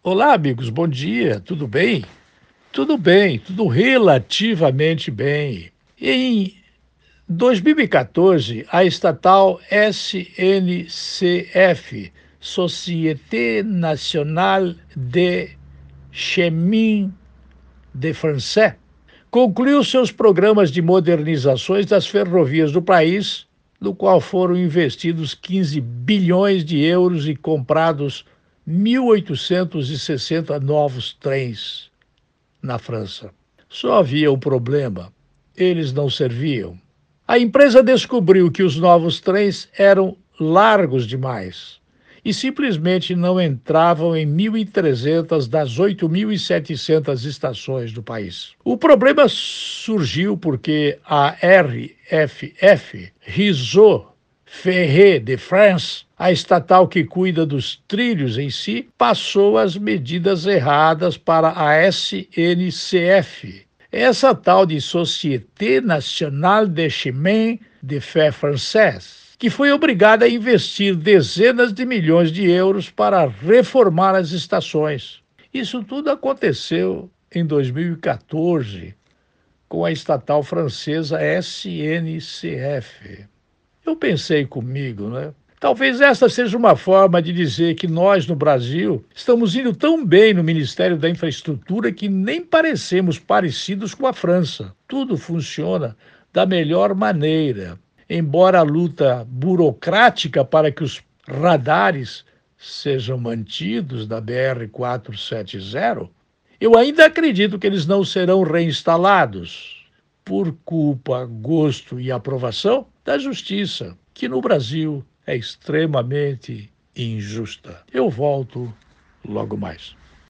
Olá, amigos, bom dia, tudo bem? Tudo bem, tudo relativamente bem. Em 2014, a estatal SNCF, Société Nationale de Chemin de France, concluiu seus programas de modernizações das ferrovias do país, no qual foram investidos 15 bilhões de euros e comprados 1.860 novos trens na França. Só havia um problema: eles não serviam. A empresa descobriu que os novos trens eram largos demais e simplesmente não entravam em 1.300 das 8.700 estações do país. O problema surgiu porque a RFF, Réseau Ferré de France, a estatal que cuida dos trilhos em si, passou as medidas erradas para a SNCF, essa tal de Société Nationale de Chemin de Fer Française, que foi obrigada a investir dezenas de milhões de euros para reformar as estações. Isso tudo aconteceu em 2014 com a estatal francesa SNCF. Eu pensei comigo, né? Talvez esta seja uma forma de dizer que nós, no Brasil, estamos indo tão bem no Ministério da Infraestrutura que nem parecemos parecidos com a França. Tudo funciona da melhor maneira. Embora a luta burocrática para que os radares sejam mantidos na BR-470, eu ainda acredito que eles não serão reinstalados por culpa, gosto e aprovação da justiça, que no Brasil é extremamente injusta. Eu volto logo mais.